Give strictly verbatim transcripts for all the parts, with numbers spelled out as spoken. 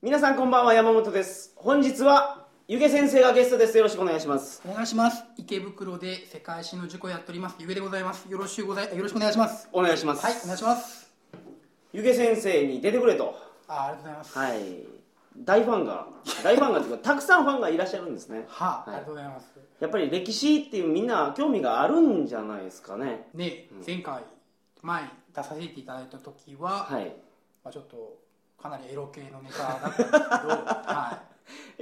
皆さんこんばんは、山本です。本日はゆげ先生がゲストです。よろしくお願いします。 お願いします。池袋で世界史の塾をやっておりますゆげでございます。よろしくございよろしくお願いします。 お願いします。 はい、お願いします。 ゆげ先生に出てくれと。 あ、ありがとうございます。 はい。大ファンが大ファンがというかたくさんファンがいらっしゃるんですね。 はあ、 はい、 ありがとうございます。 やっぱり歴史っていうみんな興味があるんじゃないですかね。 ね、うん、前回前出させていただいた時は、はい、まあちょっとかなりエロ系のネタだったんですけど、はい。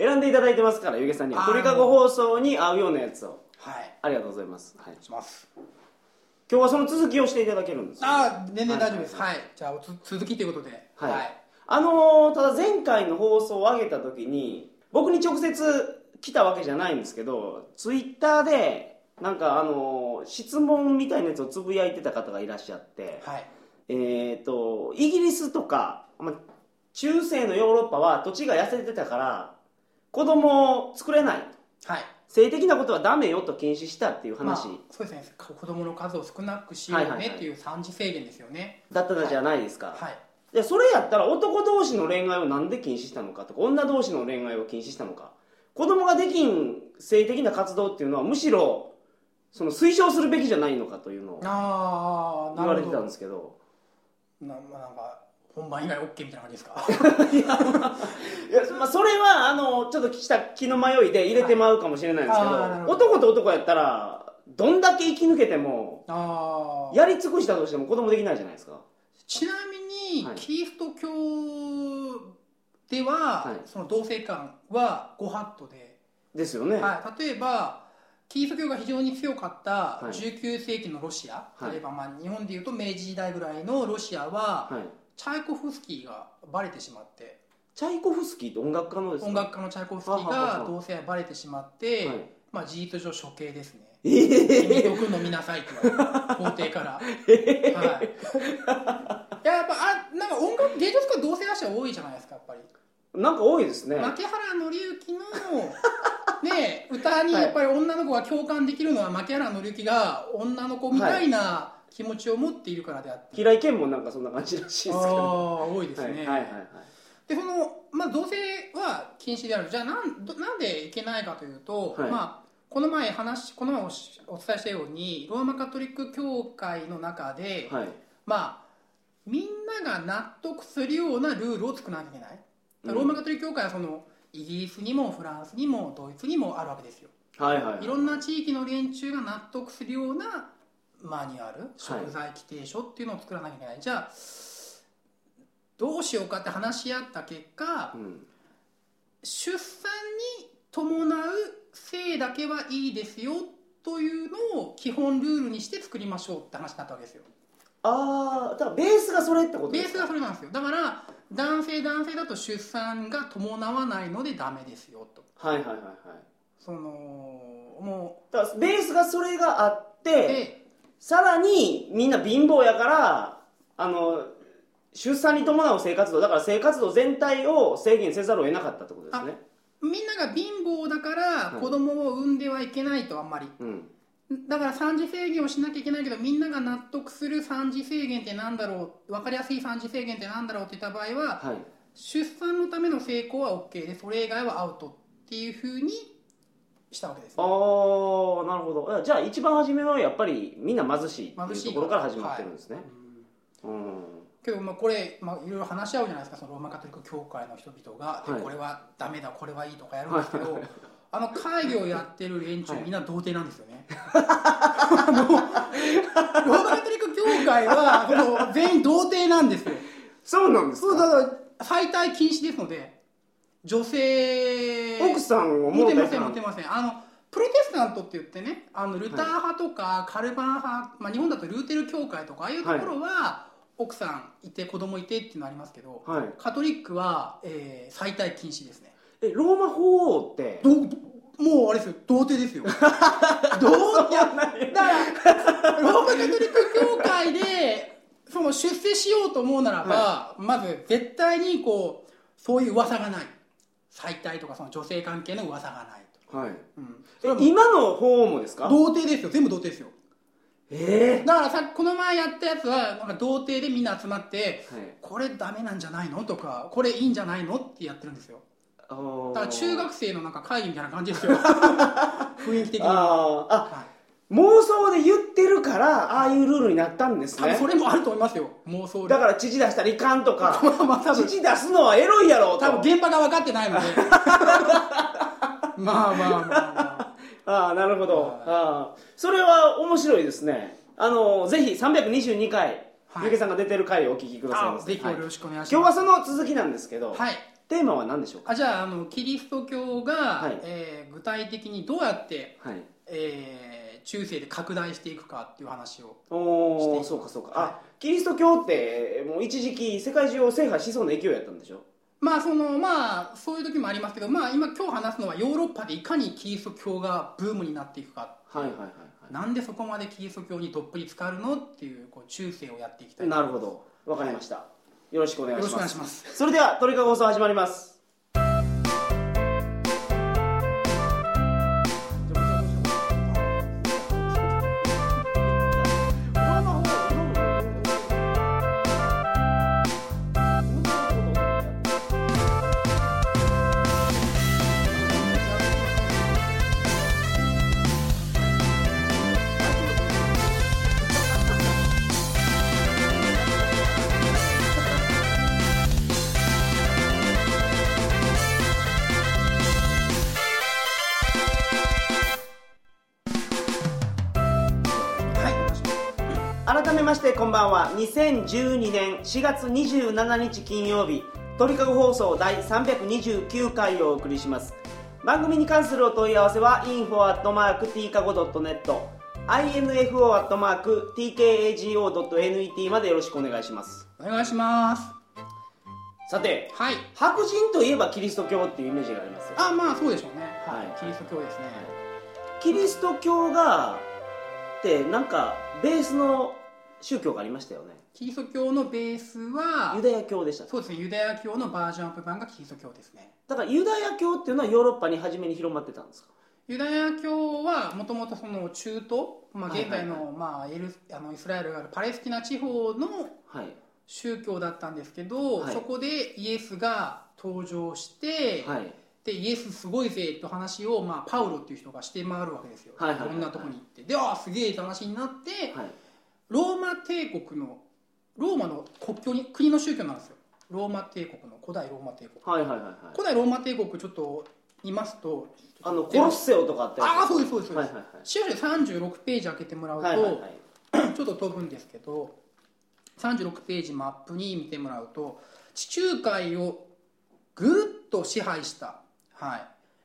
選んでいただいてますから、ゆげさんには鳥かご放送に合うようなやつを。 はい。 ありがとうございます。はい。 します。 今日はその続きをしていただけるんですか。 ああ、全然大丈夫です。はい。はい、じゃあ続きということで。 はい。はい、あのー、ただ前回の放送を上げた時に僕に直接来たわけじゃないんですけど、ツイッターでなんかあのー、質問みたいなやつをつぶやいてた方がいらっしゃって、はい、えっとイギリスとか、まあ、中世のヨーロッパは土地が痩せてたから子供を作れない、はい、性的なことはダメよと禁止したっていう話、まあ、 そうですね、子供の数を少なくしようねっていう産児制限ですよね、 だったじゃないですか、 はいはい、 でそれやったら男同士の恋愛をなんで禁止したのかとか、女同士の恋愛を禁止したのか、子供ができん性的な活動っていうのはむしろその推奨するべきじゃないのかというのを言われてたんですけど、 ななんか本番以外 OK みたいな感じですかいや、まあ、それはあのちょっとした気の迷いで入れてまうかもしれないんですけど、はい、ど男と男やったらどんだけ生き抜けてもあやり尽くしたとしても子供できないじゃないですか。 ちなみに、はい、キリスト教では、はい、その同性間はご法度でですよね、 はい、例えばキリスト教が非常に強かったじゅうきゅうせいきのロシア、はい、例えばまあ日本でいうと明治時代ぐらいのロシアは、はい、チャイコフスキーがバレてしまって、 チャイコフスキーって音楽家のですか？ 音楽家のチャイコフスキーが同性愛バレてしまって、はい、まあ、事実上処刑ですね。えー、君毒飲みなさいって言われて法廷から、えー、はい、いややっぱあなんか音楽芸術家同性愛者多いじゃないですか、やっぱりなんか多いですね。 牧原紀之のね、歌にやっぱり女の子が共感できるのは牧原紀之が女の子みたいな気持ちを持っているからであって、 はい、平井堅もなんかそんな感じらしいですけど、 あ多いですね、はいはいはいはい、でその、まあ、同性は禁止である。じゃあ なん, なんでいけないかというと、はい、まあ、この前話この前 お, お伝えしたようにローマカトリック教会の中で、はい、まあみんなが納得するようなルールを作らなきゃいけない。ローマカトリック教会はそのイギリスにもフランスにもドイツにもあるわけですよ、はいはいはい、いろんな地域の連中が納得するようなマニュアル、食材規定書っていうのを作らなきゃいけない、はい、じゃあどうしようかって話し合った結果、うん、出産に伴う性だけはいいですよというのを基本ルールにして作りましょうって話になったわけですよ。 ああ、だからベースがそれってことですか？ ベースがそれなんですよ。だから男性男性だと出産が伴わないのでダメですよと。 はいはいはいはい。 そのもうだからベースがそれがあって、さらにみんな貧乏やからあの出産に伴う性活動だから性活動全体を制限せざるを得なかったってことですね。 みんなが貧乏だから子供を産んではいけないと、あんまり、うん、だから産児制限をしなきゃいけないけど、みんなが納得する産児制限ってなんだろう、分かりやすい産児制限ってなんだろうって言った場合は、はい、出産のための成功は OK でそれ以外はアウトっていうふうにしたわけです、ね、 ああ、なるほど。じゃあ一番初めはやっぱりみんな貧しいっていうところから始まってるんですね、はい、うん、 けどまあこれ、まあ、いろいろ話し合うじゃないですか、そのローマカトリック教会の人々が、はい、これはダメだこれはいいとかやるんですけど、はい、あの会議をやってる連中、はい、みんな童貞なんですよねあのローマカトリック教会はその全員童貞なんですよ。 そうなんですか？ そうだから再退禁止ですので、女性奥さんを持てません持てません。あのプロテスタントって言ってね、あのルター派とかカルバン派、まあ、日本だとルーテル教会とかああいうところは、はい、奥さんいて子供いてっていうのありますけど、はい、カトリックは、えー、再退禁止ですね。 えローマ法王ってどもうあれですよ、童貞ですよ童貞だからローマカトリック教会でその出世しようと思うならば、はい、まず絶対にこうそういう噂がない、再退とかその女性関係の噂がないと、はい、 うん、今の法もですか？ 童貞ですよ、全部童貞ですよ。 えー、 だからさこの前やったやつはなんか童貞でみんな集まって、はい、これダメなんじゃないのとかこれいいんじゃないのってやってるんですよ。だから中学生のなんか会議みたいな感じですよ雰囲気的に。ああ、 はい、妄想で言ってるからああいうルールになったんですね。 多分それもあると思いますよ、妄想で。 だから乳出したらいかんとか乳出すのはエロいやろと。 多分現場が分かってないのでまあまあまあまあああ、なるほど。ああ、それは面白いですね。あのぜひさんびゃくにじゅうにかい、はい、ゆけさんが出てる回をお聞きくださいませ。 ぜひよろしくお願いします、 はい、今日はその続きなんですけど、 はい、 テーマは何でしょうか。 あじゃあ、あのキリスト教が、はい、えー、具体的にどうやって、はい、えー、中世で拡大していくかっていう話をしていく。 おそうかそうか、はい、あキリスト教ってもう一時期世界中を制覇しそうな勢いやったんでしょ。 まあそのまあそういう時もありますけど、まあ今今日話すのはヨーロッパでいかにキリスト教がブームになっていくか。はいはいはい、はい、なんでそこまでキリスト教にどっぷり浸かるのっていう、こう中世をやっていきたいと思います。 なるほど、わかりました、はい、よろしくお願いします。 よろしくお願いします。 それでは鳥かご放送始まります。改めましてこんばんは。にせんじゅうにねんしがつにじゅうしちにち金曜日、鳥かご放送だいさんびゃくにじゅうきゅうかいをお送りします。番組に関するお問い合わせは インフォ アットマーク ティーカゴ ドットネット インフォ アットマーク ティーケーエージーオー ドットネット までよろしくお願いします。 お願いします。 さて、 はい、 白人といえばキリスト教っていうイメージがありますよ。 あ、まあそうでしょうね、はいはい、キリスト教ですね。 キリスト教がってなんかベースの宗教がありましたよね。 キリスト教のベースはユダヤ教でした。 そうですね、ユダヤ教のバージョンアップ版がキリスト教ですね。 だからユダヤ教っていうのはヨーロッパに初めに広まってたんですか。 ユダヤ教はもともとその中東、まあ、現在の、はいはいはい、まあ、エルあのイスラエルがあるパレスチナ地方の宗教だったんですけど、はい、そこでイエスが登場して、はい、でイエスすごいぜって話を、まあ、パウロっていう人がして回るわけですよ、はいはいはいはい、いろんなとこに行って、であすげえって話になって、はい、ローマ帝国のローマの国境に国の宗教なんですよ。ローマ帝国の古代ローマ帝国、はいはいはいはい、古代ローマ帝国ちょっと見ますと、 あのコロッセオとかあってああそうですそうですそうです、はいはいはい、資料でさんじゅうろくページ開けてもらうと、はいはいはい、ちょっと飛ぶんですけどさんじゅうろくページマップに見てもらうと、地中海をぐるっと支配した、はい、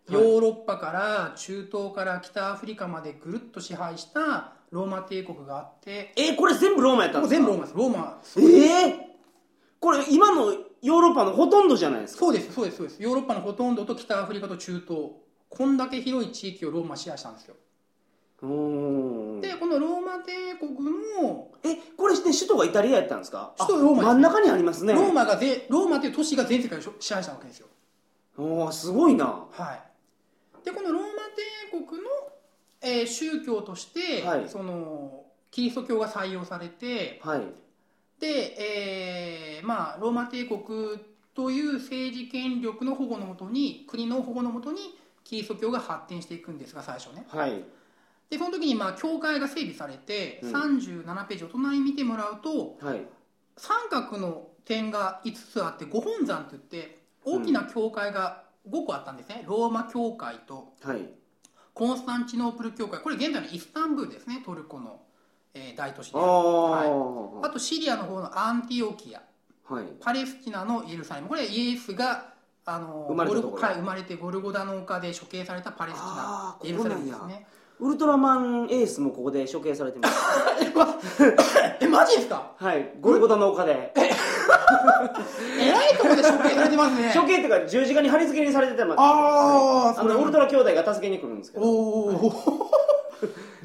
ヨーロッパから中東から北アフリカまでぐるっと支配したローマ帝国があって、 えー、これ全部ローマやったんですか。 全部ローマです。ローマえー、これ今のヨーロッパのほとんどじゃないですか。 そうですそうですそうです。ヨーロッパのほとんどと北アフリカと中東、こんだけ広い地域をローマ支配したんですよ。うーんでこのローマ帝国のえこれして首都がイタリアやったんですか。 首都ローマです、ね、 真ん中にありますね。 ローマがぜローマという都市が全世界を支配したわけですよ。 おーすごいな。 はい。でこのローマ帝国の、えー、宗教として、はい、そのキリスト教が採用されて、はい、で、えー、まあローマ帝国という政治権力の保護のもとに国の保護のもとにキリスト教が発展していくんですが、最初ね、はい、でその時にまあ教会が整備されて、うん、さんじゅうななページお隣見てもらうと、はい、三角の点がいつつあってご本山といって大きな教会がごこあったんですね、うん、ローマ教会と、はい、コンスタンチノープル教会、これ現在のイスタンブールですね、トルコの、えー、大都市である、はい、あとシリアの方のアンティオキア、はい、パレスチナのイエルサレム、これはイエスがあの生まれたところ、はい、生まれてゴルゴダの丘で処刑されたパレスチナエルサレムですね。 ウルトラマンエースもここで処刑されてますえマジですか。 はい、ゴルゴダの丘でえらいところで処刑されてますね。 処刑っていうか十字架に貼り付けにされてます。あ、はい、あのウルトラ兄弟が助けに来るんですけど、おお、はい、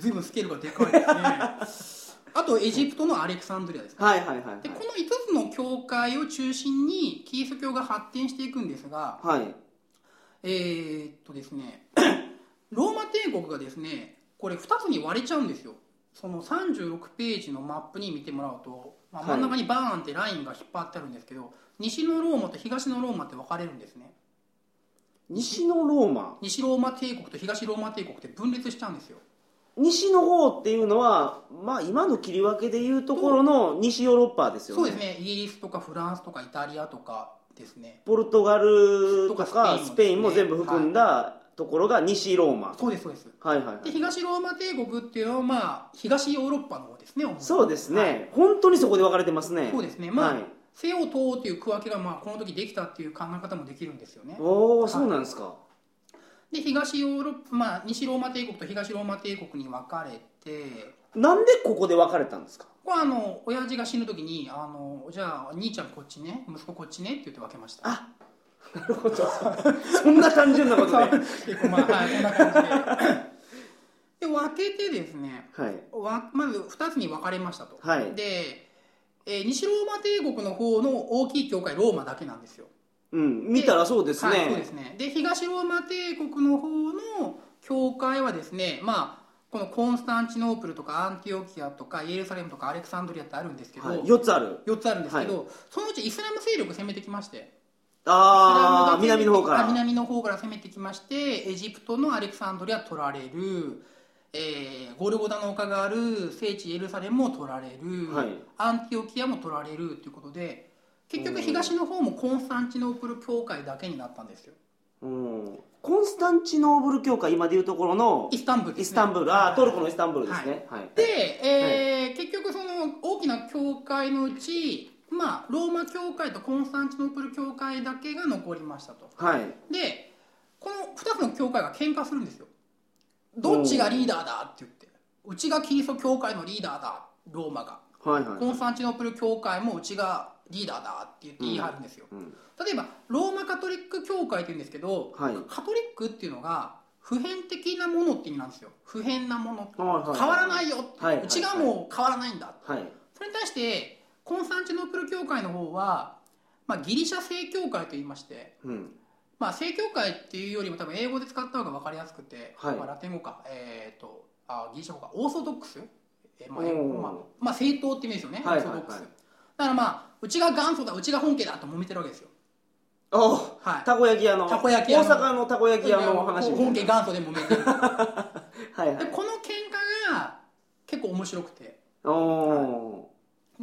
随分スケールがでかいですねあとエジプトのアレクサンドリアですね。 はいはいはい、はい、 でこのいつつの教会を中心にキリスト教が発展していくんですが、はい、えー、っとですねローマ帝国がですねこれふたつに割れちゃうんですよ。 そのさんじゅうろくページのマップに見てもらうと、まあ、真ん中にバーンってラインが引っ張ってあるんですけど、はい、西のローマと東のローマって分かれるんですね。 西のローマ西ローマ帝国と東ローマ帝国って分裂しちゃうんですよ。 西の方っていうのは、まあ、今の切り分けでいうところの西ヨーロッパですよね。 そうですね。イギリスとかフランスとかイタリアとかですね。 ポルトガルとかスペインも、ね、スペインも全部含んだ、はい、ところが西ローマ。 そうですそうです、 はいはいはい、 で東ローマ帝国っていうのは、まあ、東ヨーロッパの方ですね。 そうですね、はい、本当にそこで分かれてますね。 そうですね、まあ、はい、西欧東欧っていう区分けが、まあ、この時できたっていう考え方もできるんですよね。 おお、そうなんですか。 はい、で東ヨーロッパ、まあ、西ローマ帝国と東ローマ帝国に分かれて、 なんでここで分かれたんですか。 これはあの親父が死ぬ時にあのじゃあ兄ちゃんこっちね、息子こっちねって言って分けました。 あ、なるほどそんな単純なことで結構まあ、はい、こんな感じでで分けてですね、 はい、 わまずふたつに分かれましたと、 はい、 で、えー、西ローマ帝国の方の大きい教会ローマだけなんですよ。 うん、見たらそうですね。 はい、そうですね。で東ローマ帝国の方の教会はですね、まあこのコンスタンチノープルとかアンティオキアとかイエルサレムとかアレクサンドリアってあるんですけど、はい、 よっつあるよっつあるんですけど、はい、そのうちイスラム勢力攻めてきまして、 ああ南の方から南の方から攻めてきまして、エジプトのアレクサンドリア取られる、えー、ゴルゴダの丘がある聖地エルサレムも取られる、はい、アンティオキアも取られるということで、結局東の方もコンスタンチノープル教会だけになったんですよ。 うん、コンスタンチノーブル教会、今でいうところのイスタンブールですね。 イスタンブール、あ、トルコのイスタンブールですね。 はいはい、で、えーはい、結局その大きな教会のうち、まあ、ローマ教会とコンスタンチノープル教会だけが残りましたと。 はい、 でこのふたつの教会が喧嘩するんですよ。どっちがリーダーだって言って、うちがキリスト教会のリーダーだローマが、はいはいはい、コンスタンチノープル教会もうちがリーダーだって言って言い張るんですよ。うんうん、例えばローマカトリック教会って言うんですけど、はい、カトリックっていうのが普遍的なものって意味なんですよ。普遍なもの、はいはいはい、変わらないよって、はいはいはい、うちがもう変わらないんだ、はい、それに対してコンスタンチノープル教会の方は、まあ、ギリシャ正教会と言いまして、うん、まあ、正教会っていうよりも多分英語で使った方が分かりやすくて、はい、まあ、ラテン語か、えー、とあギリシャ語か、オーソドックス、えーまあまあまあ、正統って意味ですよね、はいはいはい、オーソドックスだから、まあ、うちが元祖だ、うちが本家だと揉めてるわけですよ。 お、はい、たこ焼き屋のたこ焼き屋の大阪のたこ焼き屋の話みたいな、 本家元祖で揉めてるはい、はい、 でこの喧嘩が結構面白くて、 お、はい、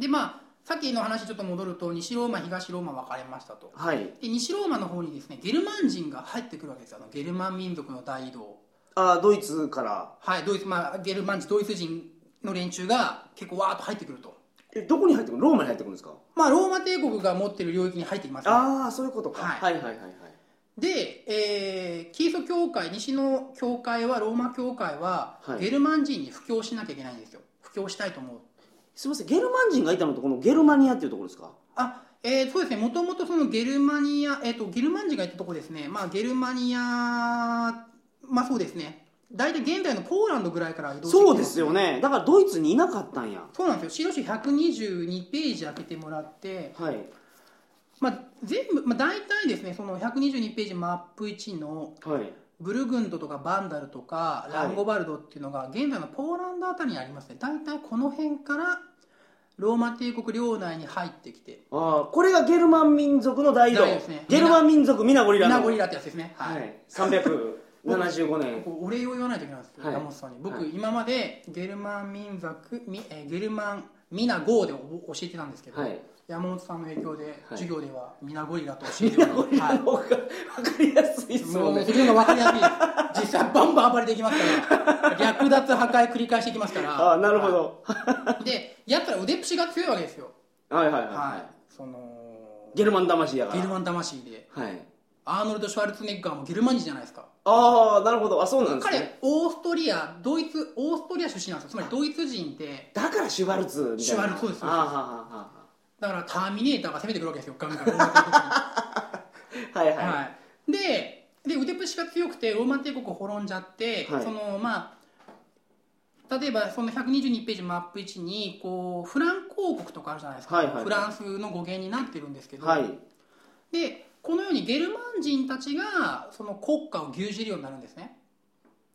でまあさっきの話ちょっと戻ると、西ローマ東ローマ分かれましたと、はい、で西ローマの方にですねゲルマン人が入ってくるわけですよ。あのゲルマン民族の大移動、 あ、ドイツから、 はい、ドイツ、まあ、ゲルマン人ドイツ人の連中が結構わーっと入ってくると。 え、どこに入ってくる？ローマに入ってくるんですか？ まあローマ帝国が持ってる領域に入ってきますね。 ああ、そういうことか、はい、はいはいはいはい。 で、えー、キリスト教会、西の教会は、ローマ教会は、はい、ゲルマン人に布教しなきゃいけないんですよ。布教したいと思う。 すみません、ゲルマン人がいたのとこのゲルマニアっていうところですか？ あ、えー、そうですね、もともとそのゲルマニア、えーと、ゲルマン人がいたところですね、まあゲルマニア、まあそうですね、大体現代のポーランドぐらいから移動してきてます、ね、 そうですよね。だからドイツにいなかったんや。 そうなんですよ。資料集ひゃくにじゅうにページ開けてもらって、はい、まあ、全部、まあ、大体ですね、そのひゃくにじゅうにページマップいちの、はい、ブルグンドとかバンダルとかランゴバルドっていうのが現在のポーランドあたりにありますね。大体この辺からローマ帝国領内に入ってきて、 ああ、これがゲルマン民族の大移動ですね。ゲルマン民族ミナゴリラのミナゴリラってやつですね。はい、はい、さんびゃくななじゅうごねんお礼を言わないといけないんですけど、山本さんに僕、はい、今までゲルマン民族ミえゲルマンミナゴーで教えてたんですけど、はい、山本さんの影響で授業ではミナゴリラと教えてるので、 ミナゴリラの方が分かりやすいですよね。 もうそっちの方が分かりやすいです。実際バンバン暴れていきますから略奪破壊繰り返していきますから。 ああ、なるほど、 はい、でやったら腕っぷしが強いわけですよ。 はいはいはい、はい、 そのゲルマン魂やから。 ゲルマン魂で、 はい、 アーノルド・シュワルツェネッガーもゲルマン人じゃないですか。 ああ、なるほど。あ、そうなんですね。 彼オーストリアドイツオーストリア出身なんですよ。つまりドイツ人で、 だからシュワルツみたいな。 シュワルツ、そうです。 あーはーはーはーだからターミネーターが攻めてくるわけですよ、ガンガンはいはい、はい、でで腕っぷしが強くてローマ帝国滅んじゃって、はい、そのまあ例えばそのひゃくにじゅうにページマップいちにこうフランク王国とかあるじゃないですか、はいはいはい、フランスの語源になってるんですけど、はい、でこのようにゲルマン人たちがその国家を牛耳るようになるんですね。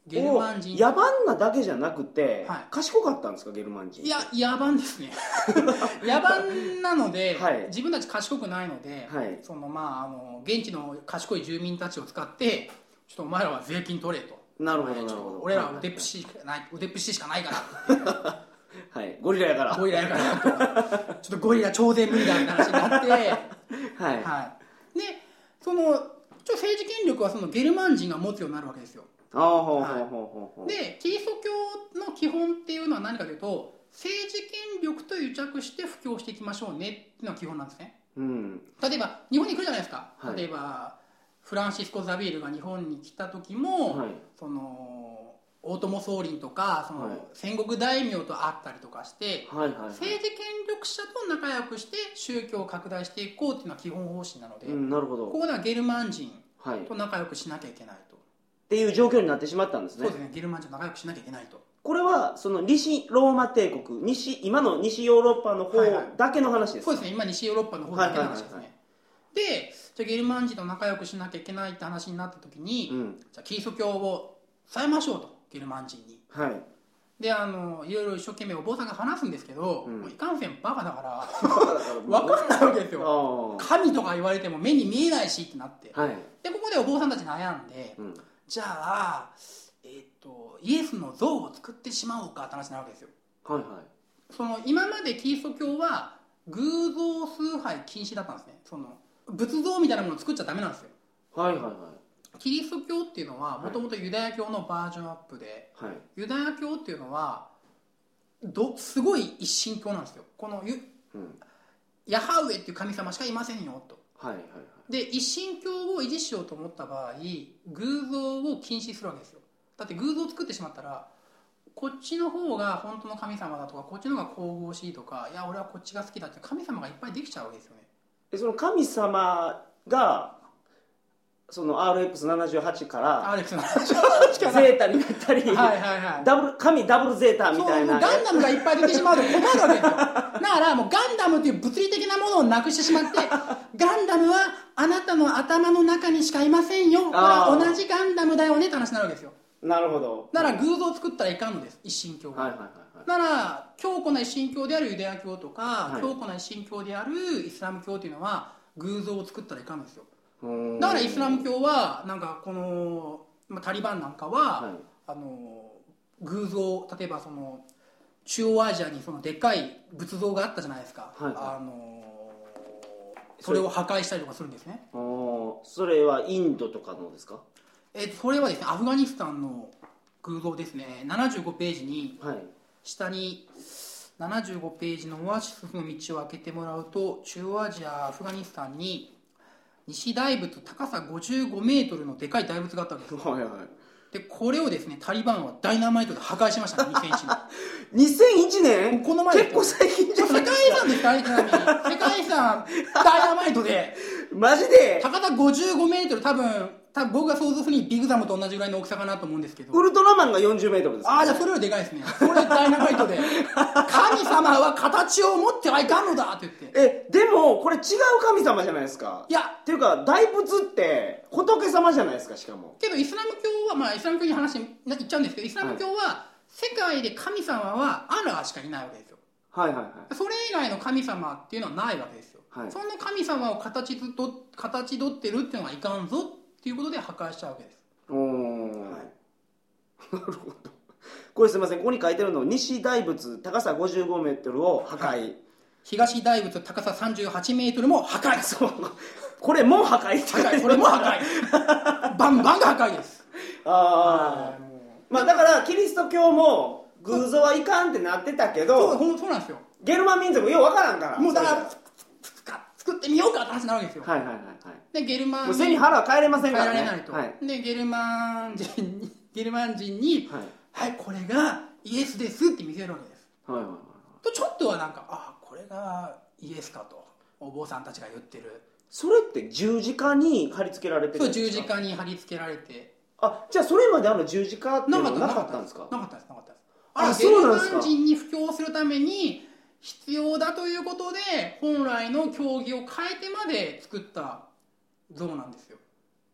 ゲルマン人野蛮なだけじゃなくて、 はい、 賢かったんですかゲルマン人。 いや野蛮ですね野蛮なので、 はい、 自分たち賢くないので、はい、そのまああの現地の賢い住民たちを使ってちょっとお前らは税金取れと。 なるほどなるほど。 俺らは腕っぷししかない、腕っぷししかないからはい、ゴリラやからゴリラやからとちょっとゴリラ超然無理だって話になってはい、はい、でそのちょ政治権力はそのゲルマン人が持つようになるわけですよ。でキリスト教の基本っていうのは何かというと政治権力と癒着して布教していきましょうねっていうのが基本なんですね、うん、例えば日本に来るじゃないですか、はい、例えばフランシスコ・ザビエルが日本に来た時も、はい、その大友宗麟とかその、はい、戦国大名と会ったりとかして、はいはいはい、政治権力者と仲良くして宗教を拡大していこうっていうのは基本方針なので、うん、なるほど。ここではゲルマン人と仲良くしなきゃいけないと、 っていう状況になってしまったんですね。 そうですね、ゲルマン人と仲良くしなきゃいけないと。これはその西ローマ帝国、西今の西ヨーロッパの方だけの話ですか？ はいはい、そうですね、今西ヨーロッパの方だけの話ですね、はいはいはいはい。でじゃあゲルマン人と仲良くしなきゃいけないって話になった時に、うん、じゃあキリスト教を伝えましょうとゲルマン人に、はい、であのいろいろ一生懸命お坊さんが話すんですけど、うん、もういかんせんバカだから分かんないわけですよ神とか言われても目に見えないしってなって、はい、でここでお坊さんたち悩んで、うん、じゃあ、えー、とイエスの像を作ってしまおうかって話になるわけですよ、はいはい、その今までキリスト教は偶像崇拝禁止だったんですね。その仏像みたいなものを作っちゃダメなんですよ。はいはいはい。キリスト教っていうのはもともとユダヤ教のバージョンアップで、はい、ユダヤ教っていうのはどすごい一神教なんですよ。このユ、うん、ヤハウエっていう神様しかいませんよと。はいはいはい、で一神教を維持しようと思った場合偶像を禁止するわけですよ。だって偶像を作ってしまったらこっちの方が本当の神様だとかこっちの方が神々しいとかいや俺はこっちが好きだって神様がいっぱいできちゃうわけですよね。 でその神様がその アールエックスななじゅうはち からアールエックスななじゅうはちゼータになったりはいはい、はい、ダブル神ダブルゼータみたいな、 そうガンダムがいっぱい出てしまうと困るわけですよ。だからもうガンダムっていう物理的なものをなくしてしまってガンダムはあなたの頭の中にしかいませんよ、これは同じガンダムだよねって話になるわけですよ。 なるほど。 だから偶像を作ったらいかんのです、一神教が、はいはいはいはい、だから強固な一神教であるユダヤ教とか、はい、強固な一神教であるイスラム教っていうのは偶像を作ったらいかんのですよ。だからイスラム教はなんかこのタリバンなんかは、はい、あの偶像、例えばその中央アジアにそのでっかい仏像があったじゃないですか、はいはい、あのそれを破壊したりとかするんですね。 それはインドとかのですか？ えそれはですねアフガニスタンの偶像ですね。ななじゅうごページに、はい、下にななじゅうごページのオアシスの道を開けてもらうと中央アジアアフガニスタンに西大仏高さごじゅうごメートルのでかい大仏があったわけです、はいはい、でこれをですねタリバンはダイナマイトで破壊しましたね。にせんいちねんにせんいちねんこの前結構最近じゃないですか。 世界遺産ですか、ちなみに世界遺産ダイナマイトでマジで高さごじゅうごメートル、多分多分僕が想像するにビッグザムと同じぐらいの大きさかなと思うんですけど、 ウルトラマンがよんじゅうメートルです、ね、 ああじゃあそれよりでかいですね。それダイナマイトで神様は形を持ってはいかんのだって言って、 えでもこれ違う神様じゃないですか。いやっていうか大仏って仏様じゃないですか。しかもけどイスラム教はまあイスラム教に話に言っちゃうんですけど、イスラム教は世界で神様はアラーしかいないわけですよ。はいはいはい。それ以外の神様っていうのはないわけですよ、はい、その神様を形と形取ってるっていうのがいかんぞっていうことで破壊しちゃうわけです。おー、はい、 なるほど。これすみません、ここに書いてるの西大仏高さごじゅうごメートルを破壊、はい、 東大仏高ささんじゅうはちメートルも破壊。 そうこれも破壊って破壊これも破壊バンバンが破壊です。 ああ、まあだからキリスト教も偶像はいかんってなってたけど、 そうそうなんですよ。 ゲルマン民族ようわからんから、 もうだから作ってみようかって話になるわけですよ。はいはいはい、はい、でゲルマンもう背に腹は帰れませんからね。 帰られないと、はい、でゲルマン人にゲルマン人に、はい、はい、これがイエスですって見せるわけです。はいはいはい、とちょっとはなんかあこれがイエスかとお坊さんたちが言ってる。 それって十字架に貼り付けられてるんですか？ そう、十字架に貼り付けられて。 あ、じゃあそれまであの十字架っていうのはなかったんですか？ なかったです、なかったです。あれゲルマン人に布教するために必要だということで本来の教義を変えてまで作った像なんですよ。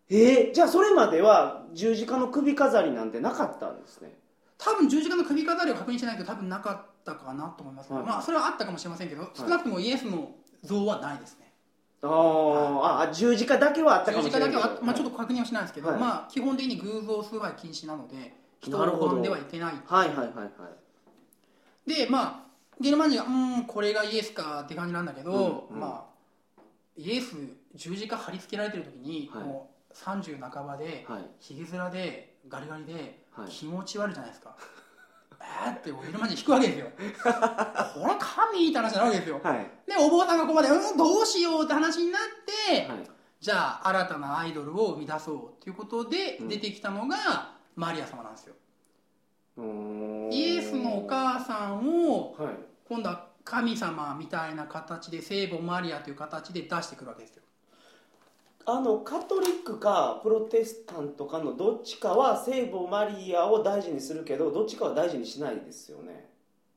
えー、じゃあそれまでは十字架の首飾りなんてなかったんですね。 多分十字架の首飾りを確認してないけど多分なかったかなと思います、はい、まあそれはあったかもしれませんけど、少なくともイエスの像はないですね。 あ、はい、あ、十字架だけはあったかもしれないけど、 十字架だけは、まあ、ちょっと確認はしないですけど、はい、まあ基本的に偶像崇拝禁止なので人を拝んではいけない。 はいはいはいはい。 でまあゲルマン人がうんこれがイエスかって感じなんだけど、うんうん、まあイエス十字架貼り付けられてる時に、はい、もうさんじゅう半ばで、はい、ひげ面でガリガリで、はい、気持ち悪いじゃないですか。えーってゲルマン人引くわけですよ。これは神って話になるわけですよ、はい、でお坊さんがここまでうんどうしようって話になって、はい、じゃあ新たなアイドルを生み出そうということで出てきたのが、うん、マリア様なんですよ。イエスのお母さんを、はい、今度は神様みたいな形で聖母マリアという形で出してくるわけですよ。 あのカトリックかプロテスタントかのどっちかは聖母マリアを大事にするけどどっちかは大事にしないですよね。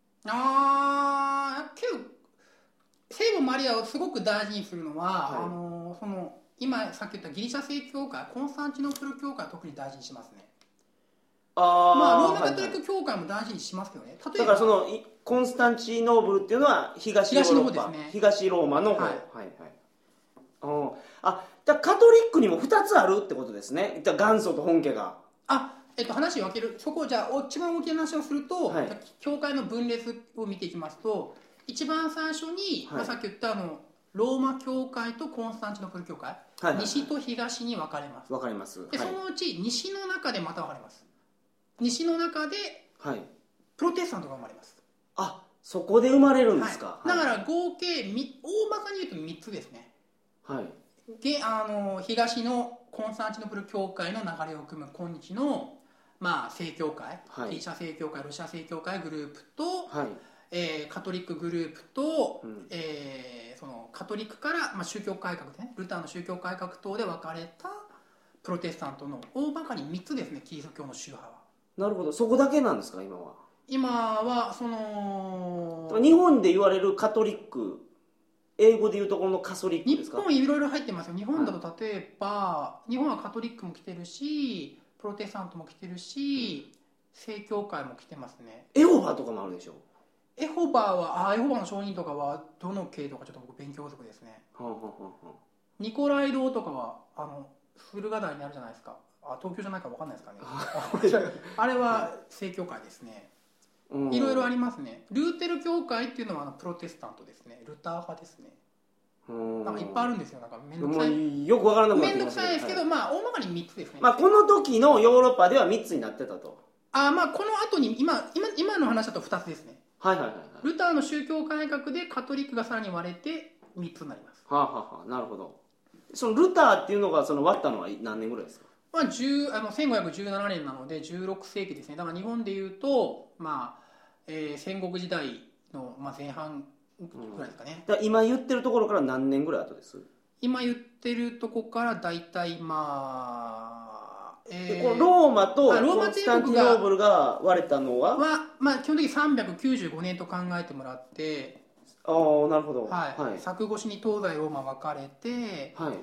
ああけど聖母マリアをすごく大事にするのは、はい、あのその今さっき言ったギリシャ正教会コンスタンチノープル教会は特に大事にしますね。あまあローマカトリック教会も大事にしますけどね。例えばだからそのコンスタンチノープルっていうのは東ヨーロッパ、東の方ですね。東ローマの方、はいはいはい。あ、だカトリックにもふたつあるってことですね。元祖と本家が。 あ、えっと話を分ける。そこをじゃあ一番大きな話をすると、はい、教会の分裂を見ていきますと、一番最初に、はいまあ、さっき言ったあのローマ教会とコンスタンチノープル教会、はいはいはい、西と東に分かれます。 分かれます。 で、はい、そのうち西の中でまた分かれます。西の中で、はい、プロテスタントが生まれます。 あ、そこで生まれるんですか。 はい、だから合計大まかに言うとみっつですね。はい。であの東のコンスタンチノプル教会の流れを組む今日の、まあ、正教会、はい、ギリシャ正教会ロシア正教会グループと、はいえー、カトリックグループと、うんえー、そのカトリックから、まあ、宗教改革でねルターの宗教改革等で分かれたプロテスタントの大まかにみっつですねキリスト教の宗派は。 なるほど、そこだけなんですか今は。 今はその日本で言われるカトリック英語でいうところのカソリックですか。 日本いろいろ入ってますよ。日本だと例えば、はい、日本はカトリックも来てるしプロテスタントも来てるし正教会も来てますね。 エホバとかもあるでしょ。 エホバはあエホバの証人とかはどの系とかちょっと僕勉強不足ですね。はあはあはあ、ニコライ堂とかはあの駿河台にあるじゃないですか。あ東京じゃないか分かんないですかねあれは正教会ですね。いろいろありますね。ルーテル教会っていうのはあのプロテスタントですね。ルター派ですね。なんかいっぱいあるんですよ。なんかめんどくさい。 よくわからなくなってますけど。めんどくさいですけど、はい、まあ大まかにみっつですね。 まあこの時のヨーロッパではみっつになってたと。 あまあこの後に今今今の話だとふたつですね。 はいはいはい、はい。 ルターの宗教改革でカトリックがさらに割れてみっつになります。 はあ、はあはあ、なるほど。そのルターっていうのがその割ったのは何年ぐらいですか。 まあ10あのせんごひゃくじゅうななねんなのでじゅうろくせいきですね。だから日本でいうとまあ、えー、戦国時代の、まあ、前半ぐらいですかね。 だから今言ってるところから何年ぐらい後です。 今言ってるとこからだいたいまあ、 えー、このローマとコンスタンティノープルが割れたのはは、まあ、基本的にさんびゃくきゅうじゅうごねんと考えてもらって、 ああなるほど、 はいはい、柵越しに東西ローマ分かれて、はい、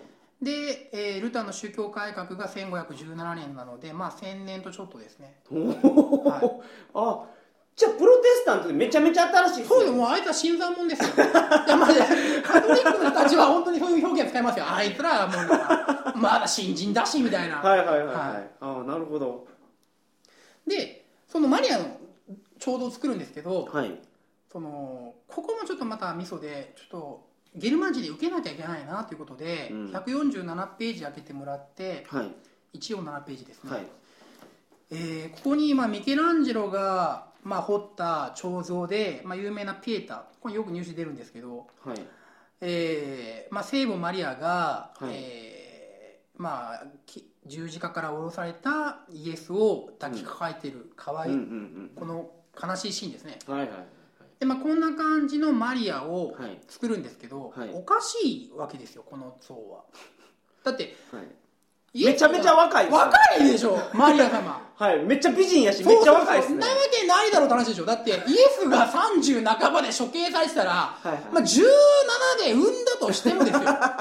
で、えー、ルターの宗教改革がせんごひゃくじゅうななねんなので、まあ、せんねんとちょっとですね。 はい、あじゃあプロテスタントでめちゃめちゃ新しいですね。 そうよ、もうあいつは新参者ですよ。いやまあカトリックの人たちは本当にそういう表現使いますよ。あいつらはもうまだ新人だしみたいな。 はいはいはい、はい、ああなるほど。 でそのマリアの彫像を作るんですけど、はい、そのここもちょっとまたミソでちょっとゲルマン人で受けなきゃいけないなということで、うん、ひゃくよんじゅうななページ開けてもらって、はい、いちよんななページですね。はいえー、ここにまあミケランジェロがまあ、彫った彫像で、まあ、有名なピエタこれよく入手出るんですけど、はいえーまあ、聖母マリアが、はいえーまあ、十字架から下ろされたイエスを抱きかかえているかわいい、うんうんうん、この悲しいシーンですね、はいはいはいでまあ、こんな感じのマリアを作るんですけど、はい、おかしいわけですよこの像は。だって、はいめちゃめちゃ若いです、 ね、若いでしょマリア様はいめっちゃ美人やしめっちゃ若いですね。 そんなわけないだろうって話でしょ。だってイエスがさんじゅう半ばで処刑されてたらはい、まあ、じゅうななで産んだとしてもですよ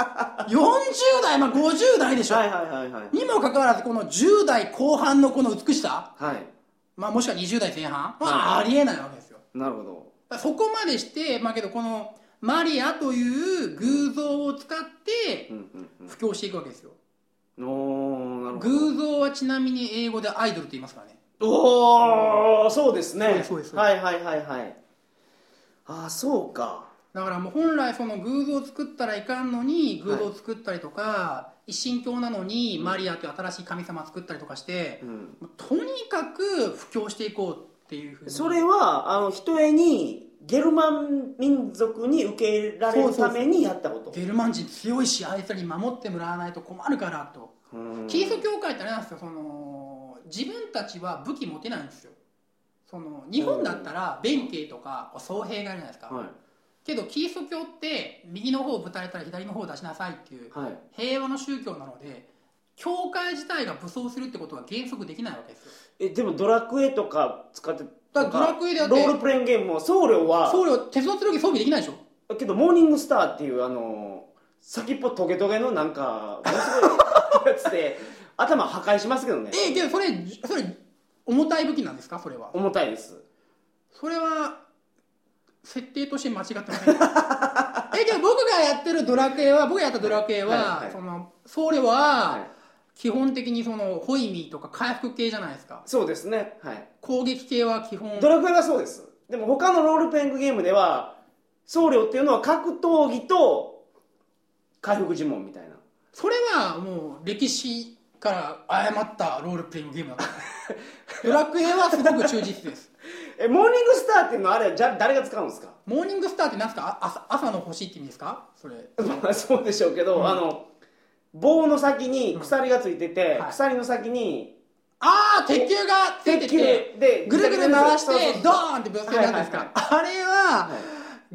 よんじゅう代、まあ、ごじゅう代でしょ、 はいはいはいはい、 にもかかわらずこのじゅう代後半のこの美しさ、 はい、 まあ、もしくはにじゅう代前半は、まあ、ありえないわけですよ。 なるほど。 そこまでして、まあ、けどこのマリアという偶像を使って布教していくわけですよ。 おー、なるほど。 偶像はちなみに英語でアイドルと言いますからね。 おー、そうですね。 そうです、そうです。 はいはいはいはい。ああ、そうか。 だからもう本来その偶像を作ったらいかんのに偶像を作ったりとか、はい、一神教なのにマリアという新しい神様を作ったりとかして、うん、とにかく布教していこうっていうふうに。 それはあのひとえにゲルマン民族に受け入れられるためにやったこと。 そうそうそう、ゲルマン人強いしあいつらに守ってもらわないと困るからと。キリスト教会ってあれなんですよ、その自分たちは武器持てないんですよ。その日本だったら弁慶とか僧兵がいるじゃないですか、はい、けどキリスト教って右の方をぶたれたら左の方を出しなさいっていう平和の宗教なので、教会自体が武装するってことは原則できないわけですよ。 えでもドラクエとか使ってだからドラクエでやってロールプレインゲームも僧侶は僧侶鉄の剣装備できないでしょ。 けどモーニングスターっていうあの先っぽトゲトゲのなんかものすごいやつで頭破壊しますけどね。 えけどそれそれ重たい武器なんですか。それは重たいです。それは設定として間違ってませんえけど僕がやってるドラクエは僕がやったドラクエは、はいはい、その僧侶は基本的にそのホイミーとか回復系じゃないですか。 そうですね、はい、 攻撃系は基本ドラクエはそうです。でも他のロールプレイングゲームでは僧侶っていうのは格闘技と回復呪文みたいな。 それはもう歴史から誤ったロールプレイングゲームだからドラクエはすごく忠実ですえモーニングスターっていうのはあれじゃ誰が使うんですか。 モーニングスターって何ですか。朝、朝の星って意味ですかそれまあそうでしょうけど、うん、あの棒の先に鎖がついてて、うんはい、鎖の先にああ鉄球がついててでぐるぐる回してドーンってぶつけるんですか。あれは、はい、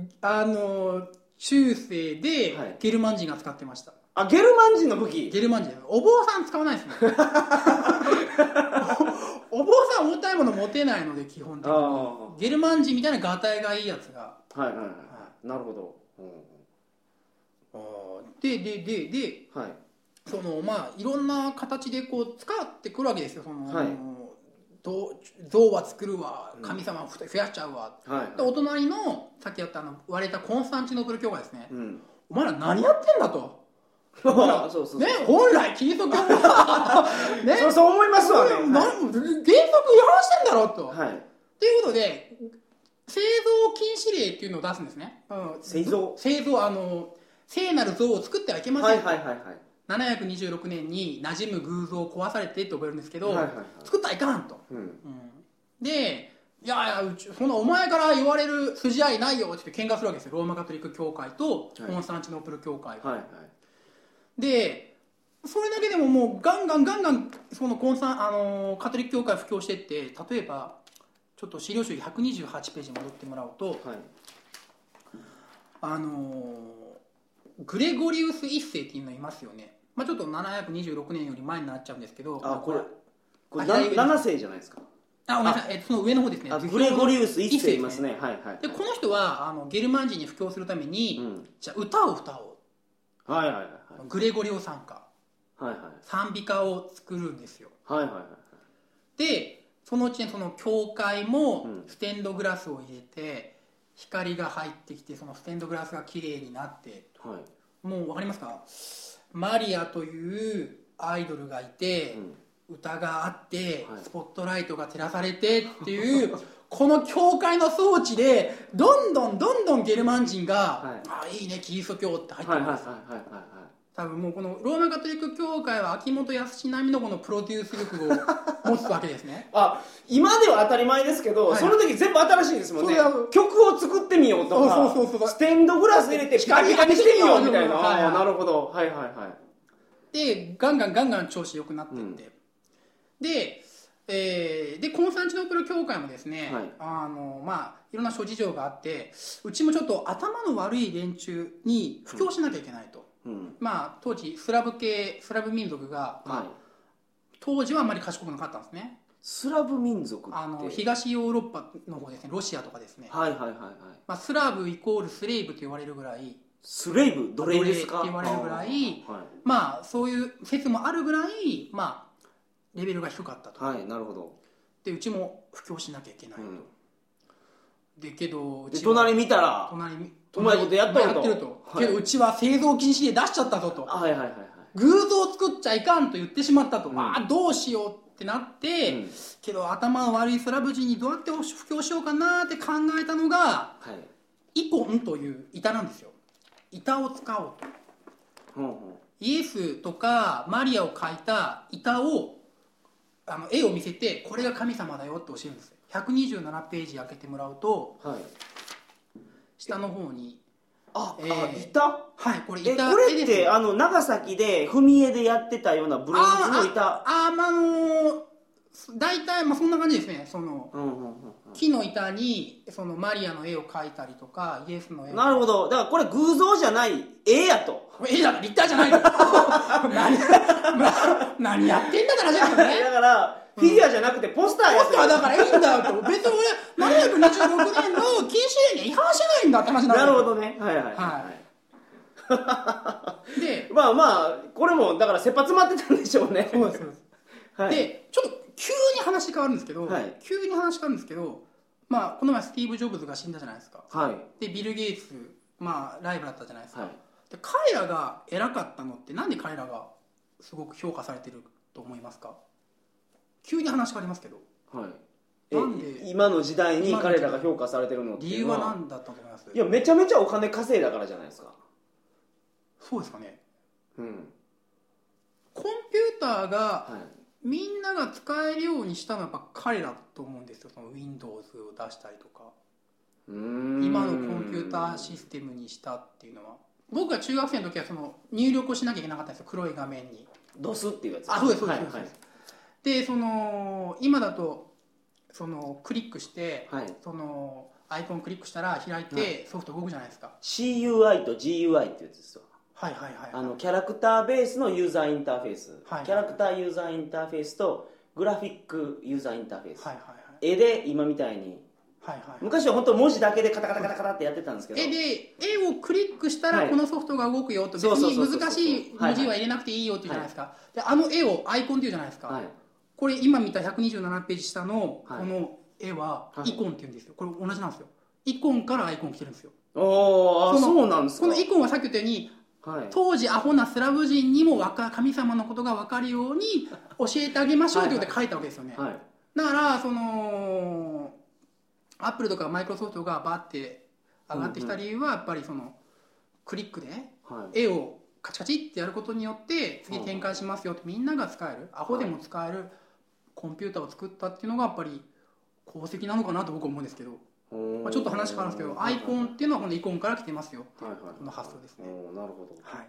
あの中世でゲルマン人が使ってました、はい。 あ、ゲルマン人の武器。 ゲルマン人。お坊さん使わないですねお、お坊さん重たいもの持てないので基本的にゲルマン人みたいなガタイがいいやつが。 はいはいはい、はい、なるほど、うん、 あでででで、はい、そのまあいろんな形でこう使ってくるわけですよ。その、はい、像は作るわ、神様を増やしちゃうわ、うんはいはい、でお隣のさっきやったあの割れたコンスタンチノープル教会ですね、うん、お前ら何やってんだとそうそうそうね、本来キリスト教はね、そうそう思いますわね。 原則違反してんだろと。はい。っていうことで製造禁止令っていうのを出すんですね。うん、 製造製造あの聖なる像を作ってはいけません。 はいはいはいはい。 ななひゃくにじゅうろくねんに馴染む偶像を壊されてって覚えるんですけど、はいはいはい、作ったらいかんと。うんうん、で。いやいやうちそんなお前から言われる筋合いないよって言って喧嘩するわけですよ。ローマカトリック教会とコンスタンチノープル教会が。はいはいはい、でそれだけでももうガンガンガンガンそのコンサン、あのー、カトリック教会布教してって例えばちょっと資料集ひゃくにじゅうはちページに戻ってもらうと、はい、あのー、グレゴリウス一世っていうのいますよね。まあ、ちょっとななひゃくにじゅうろくねんより前になっちゃうんですけど、 あこれこれなな世じゃないですか。 あごめんなさい、えその上の方ですね。 グレゴリウス一世いますね。はいはい。 でこの人はあのゲルマン人に布教するために、うん、じゃあ歌を歌おう。 はいはいはい。 グレゴリオ賛歌。はいはい。賛美歌を作るんですよ。はいはいはい。でそのうちにその教会もステンドグラスを入れて、うん、光が入ってきてそのステンドグラスが綺麗になって、はい、もう分かりますか。マリアというアイドルがいて。うん歌があって、はい、スポットライトが照らされてっていうこの教会の装置でどんどんどんどんゲルマン人が、はい、ああいいねキリスト教って入ってるんですよ。多分もうこのローマカトリック教会は秋元康並みのこのプロデュース力を持つわけですねあ今では当たり前ですけど、はい、その時全部新しいですもんね。曲を作ってみようとかそうそうそうそうステンドグラス入れてピカピカにしてみようみたいな、はいはい、なるほどはいはいはいでガンガンガンガン調子良くなっていって、うんで、えー、でコンスタンチノープル教会もですね、はい、あのまあいろんな諸事情があってうちもちょっと頭の悪い連中に布教しなきゃいけないと、うんうん、まあ当時スラブ系スラブ民族が、はい、当時はあまり賢くなかったんですね。 スラブ民族ってあの東ヨーロッパの方ですねロシアとかですね、はいはいはいはいまあ、スラブイコールスレイブと言われるぐらいスレイブ奴隷ですかって言われるぐらい、はい、まあそういう説もあるぐらい、まあ、レベルが低かったと。 はい、なるほど。 でうちも布教しなきゃいけないと、うん、でけどうち隣見たら隣うまいことやっとるとやってると、はい、けどうちは製造禁止で出しちゃったぞと、 はいはいはいはい、 偶像を作っちゃいかんと言ってしまったと、うん、ああどうしようってなって、うん、けど頭の悪いスラブ人にどうやって布教しようかなって考えたのが、はい、イコンという板なんですよ。板を使おうと、うんうん、イエスとかマリアを描いた板をあの絵を見せてこれが神様だよって教えるんですよ。ひゃくにじゅうななページ開けてもらうと、はい、下の方にあ、えー、あ板はいこれ板これってあの長崎で踏絵でやってたようなブロンズの板ああ、まあ、あのー、大体、まあ、そんな感じですね。その、うんうんうんうん、木の板にそのマリアの絵を描いたりとかイエスの絵。 なるほど。だからこれ偶像じゃない絵やと。 絵だから立体じゃないと何, 何やってんだって話だよね。 だからフィギュアじゃなくてポスターやってる。ポスターだからいいんだよと。別に俺ななひゃくにじゅうろくねんの禁止令に違反しないんだって話なんだよ。 なるほどね。はいはいはい、 はい、でまあまあこれもだから切羽詰まってたんでしょうね。 そうですそうです、はい、でちょっと急に話変わるんですけど、はい、急に話変わるんですけど、まあこの前スティーブ・ジョブズが死んだじゃないですか、はい、でビル・ゲイツ、まあ、ライバルだったじゃないですか、はい、で彼らが偉かったのってなんで彼らがすごく評価されてると思いますか？急に話変わりますけど、はい、 なんで今の時代に彼らが評価されてるのっていうのは理由は何だったと思います？ いやめちゃめちゃお金稼いだからじゃないですか。 そうですかね、うん、コンピューターが、はいみんなが使えるようにしたのはやっぱ彼らと思うんですよ。その Windows を出したりとかうーん今のコンピューターシステムにしたっていうのは僕が中学生の時はその入力をしなきゃいけなかったんですよ。黒い画面にドス っていうやつ。 あそうですそうです、はいはい、でその今だとそのクリックして、はい、そのアイコンクリックしたら開いてソフト動くじゃないですか、はい、 シーユーアイ と ジーユーアイ ってやつですよ。 はいはいはいはい、 あのキャラクターベースのユーザーインターフェース、はいはい、キャラクターユーザーインターフェースとグラフィックユーザーインターフェース、はいはいはい、絵で今みたいに、はいはいはい、昔は本当文字だけでカタカタカタカタってやってたんですけど、 絵で絵をクリックしたらこのソフトが動くよと、別に難しい文字は入れなくていいよっていうじゃないですか、はいはい、であの絵をアイコンっていうじゃないですか、はい、これ今見たひゃくにじゅうななページ下のこの絵はイコンっていうんですよ。これ同じなんですよ。イコンからアイコン来てるんですよ。 ああそうなんですか。 このイコンはさっき言ったようにはい、当時アホなスラブ人にも神様のことが分かるように教えてあげましょうということで書いたわけですよね、はいはい、だからそのアップルとかマイクロソフトがバーって上がってきた理由はやっぱりそのクリックで絵をカチカチってやることによって次展開しますよってみんなが使えるアホでも使えるコンピューターを作ったっていうのがやっぱり功績なのかなと僕は思うんですけど、まあ、ちょっと話変わるんですけど、アイコンっていうのはこのイコンから来てますよっていう、はいはい、この発想ですね。 なるほど、 はい、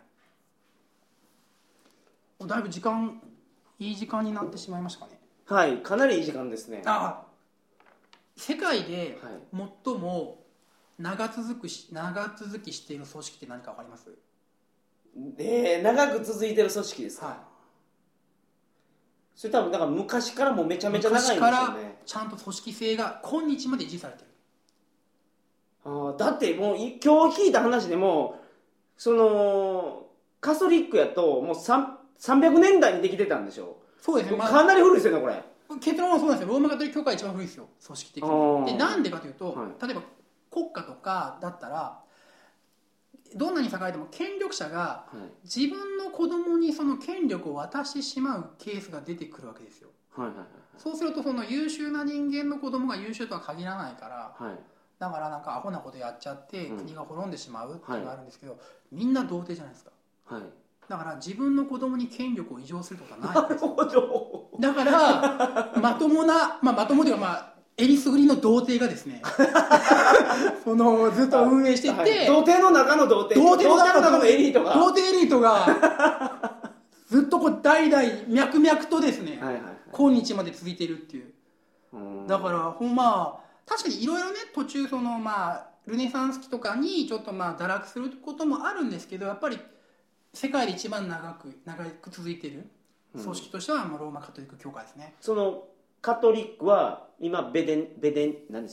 だいぶ時間いい時間になってしまいましたかね。 はい、かなりいい時間ですね。 あ世界で最も長続くし長続きしている組織って何か分かります？ えー、長く続いてる組織ですか、はい、それ多分だから昔からもめちゃめちゃ長いんですよね。 昔からちゃんと組織性が今日まで維持されてる。 あだってもう今日聞いた話でもそのカソリックやともうさんびゃくねんだいにできてたんでしょ。 そうですね、まあ、 かなり古いですよねこれ。 結論はそうなんですよ。ローマカトリック教会一番古いですよ組織的に。でなんでかというと、はい、例えば国家とかだったらどんなに栄えても権力者が自分の子供にその権力を渡してしまうケースが出てくるわけですよ、はいはいはい、そうするとその優秀な人間の子供が優秀とは限らないから、はい、だからなんかアホなことやっちゃって国が滅んでしまうっていうのがあるんですけど、はい、みんな童貞じゃないですか、はい、だから自分の子供に権力を移譲するとかないわけですよ。だからまともな、まあ、まともというかまあえりすぐりの童貞がですねそのずっと運営していて、はい、 童貞の中の童貞童貞の中のエリートが童貞エリートがずっとこう代々脈々とですね、はいはいはい、今日まで続いているっていう。だからほんま確かにいろいろね途中そのまあルネサンス期とかにちょっとまあ堕落することもあるんですけど、やっぱり世界で一番長く長く続いている組織としては、まあ、ローマカトリック教会ですね。 そのカトリックは今ベデンベデン何ですか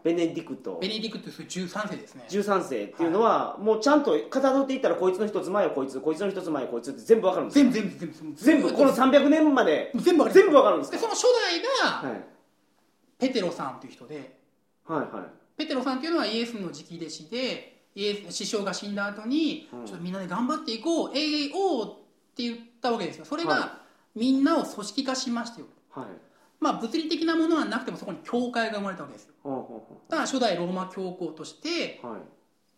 ベネディクトベネディクトというじゅうさんせいですね。 じゅうさんせいっていうのは、はい、もうちゃんと片取っていったらこいつの一つ前はこいつ、こいつの一つ前はこいつって全部わかるんですか？ 全部全部全部全部このさんびゃくねんまで全部わかるんですか？ でその初代が、はい、ペテロさんという人で、 はいはい、 ペテロさんというのはイエスの直弟子で、イエス師匠が死んだ後に、うん、ちょっとみんなで頑張っていこう エーオー って言ったわけですよ。それが、はい、みんなを組織化しましたよ、はい、まあ物理的なものはなくてもそこに教会が生まれたわけですよ。だから初代ローマ教皇として、はい、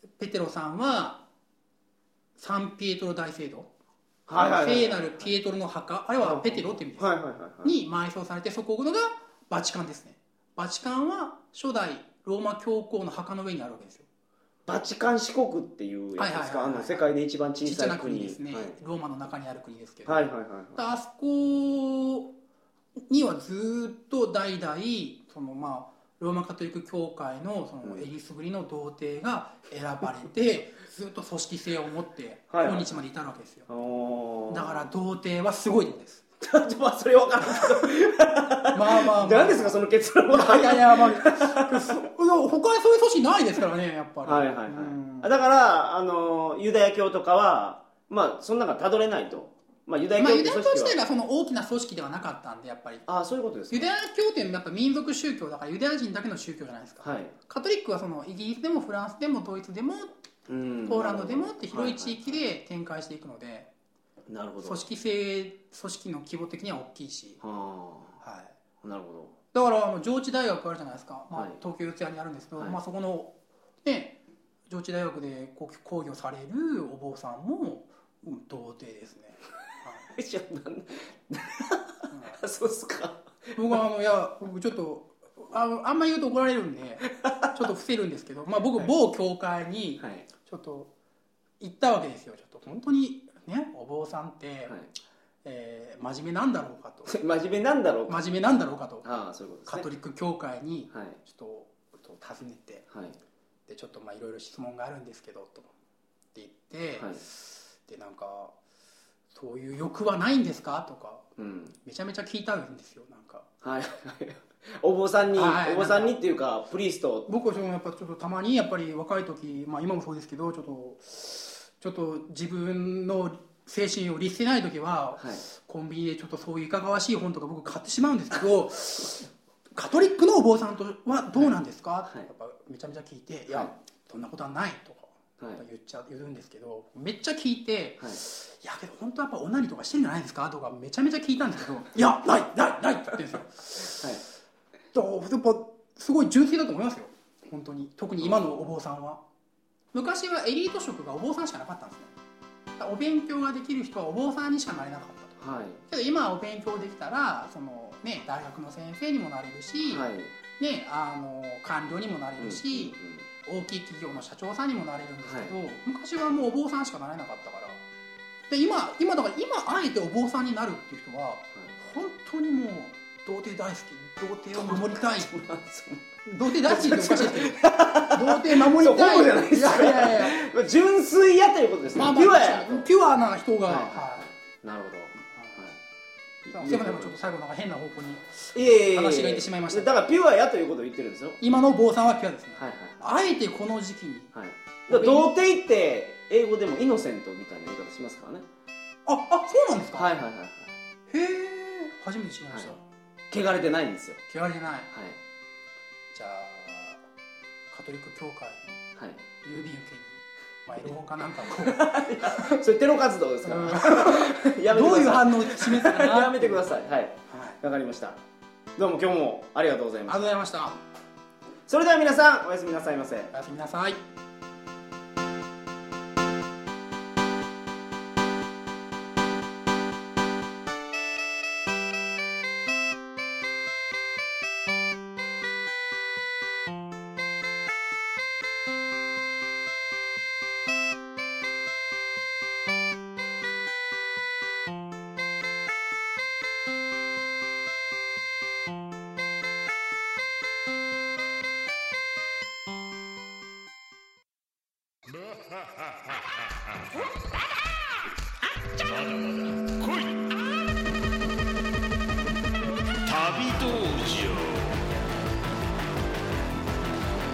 ペテロさんはサンピエトロ大聖堂、はいはいはいはい、聖なるピエトロの墓、あれはペテロって意味です、はいはいはいはい、に埋葬されて、そこがバチカンですね。バチカンは初代ローマ教皇の墓の上にあるわけですよ。 バチカン市国っていうやつですか？あの世界で一番小さい国、 小さな国ですね、はい、ローマの中にある国ですけど、 はいはいはいはい、 あそこにはずっと代々そのまあローマカトリック教会のそのえりすぐりの童貞が選ばれて、ずっと組織性を持って今日まで至るわけですよ。はいはい、だから童貞はすごいんです。 まあそれ分からんけどまあまあ、まあ、何ですかその結論は。 いやいやまあ他にそういう組織ないですからね、やっぱり。はいはいはい、うん、 だからあのユダヤ教とかはまあそんなのたどれないと。まあ、ユダヤ教って組織は、まあ、ユダヤ教自体がその大きな組織ではなかったんで、やっぱり。 ああ、そういうことですか。 ユダヤ教ってやっぱ民族宗教だからユダヤ人だけの宗教じゃないですか。はい、カトリックはそのイギリスでもフランスでもドイツでもポーランドでもって広い地域で展開していくので、 なるほど。 組織性組織の規模的には大きいし。 はあ、はい。なるほど。だからあの上智大学あるじゃないですか。まあ、はい、東京四谷にあるんですけど、はい、まあそこのね上智大学で講義をされるお坊さんも童貞ですね。 じゃあなんそうっすか。 僕はあのいや僕ちょっと あ, あんまり言うと怒られるんでちょっと伏せるんですけど、まあ僕、はい、某教会にちょっと行ったわけですよ。ちょっと本当にねお坊さんって、はい、えー、真面目なんだろうかと真面目なんだろうか真面目なんだろうかと、 ああそういうことですね、 カトリック教会にはい、 ちょっと訪ねて、はい、でちょっとまあいろいろ質問があるんですけどとって言って、はい、でなんかそういう欲はないんですかとか、うん、めちゃめちゃ聞いたんですよ。なんか、 はい、お坊さんに、はい、お坊さんにっていうかプリースト。 僕はそのやっぱちょっとたまにやっぱり若い時、まあ今もそうですけど、ちょっとちょっと自分の精神を律せない時は、はい、コンビニでちょっとそういういかがわしい本とか僕買ってしまうんですけどカトリックのお坊さんとはどうなんですか、はい、ってやっぱめちゃめちゃ聞いて、はい、いやそんなことはないとか言っちゃ言うんですけど、めっちゃ聞いて、はい、いやけど本当はやっぱオナニーとかしてるんじゃないですかとかめちゃめちゃ聞いたんですけどいやないないないって言ってるんですよ、はい、だからやっぱすごい純粋だと思いますよ本当に。特に今のお坊さんは、昔はエリート職がお坊さんしかなかったんですね。お勉強ができる人はお坊さんにしかなれなかったと、はい、けど今はお勉強できたらその、ね、大学の先生にもなれるし、はい、ね、あの官僚にもなれるし、うんうんうん、大きい企業の社長さんにもなれるんですけど、はい、昔はもうお坊さんしかなれなかったから、で 今, 今だから今あえてお坊さんになるっていう人は、はい、本当にもう童貞大好き、童貞を守りたい童貞大好きっておかしいですけど童貞守りたい、 そうじゃないですか。いやいやいや純粋やということですね、まあまあ、ピュアやピュアな人が、はいはい、 なるほど、 はい、すいません、ちょっと最後なんか変な方向に話がいってしまいました。 だからピュアやということを言ってるんですよ。 今の坊さんはピュアですね、はいはい、あえてこの時期に、はい、 だ童貞って英語でもイノセントみたいな言い方しますからね。 ああ、そうなんですか。 はいはいはい、はい、 へえ、初めて知りました、はい、 汚れてないんですよ。 汚れてない、はい、じゃあカトリック教会の郵便受けに、まあ、エロ本かなんかこうそれテロ活動ですからやめてください。 どういう反応を示すかなやめてください。はい、はい、わかりました。どうも今日もありがとうございました。 ありがとうございました。 それでは皆さんおやすみなさいませ。 おやすみなさい。 旅道場。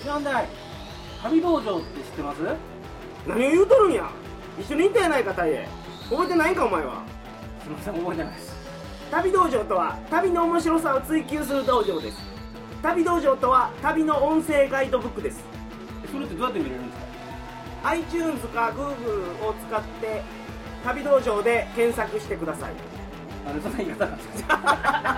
問題、旅道場って知ってます？ 何を言うとるんや。一緒に行ったやないか、タイへ。覚えてないんか、お前は。 すいません、覚えてないです。 旅道場とは旅の面白さを追求する道場です。旅道場とは旅の音声ガイドブックです。 それってどうやって見れるんですか？ iTunes か Google を使って旅道場で検索してください。 あれ、そんな言い方なんですか？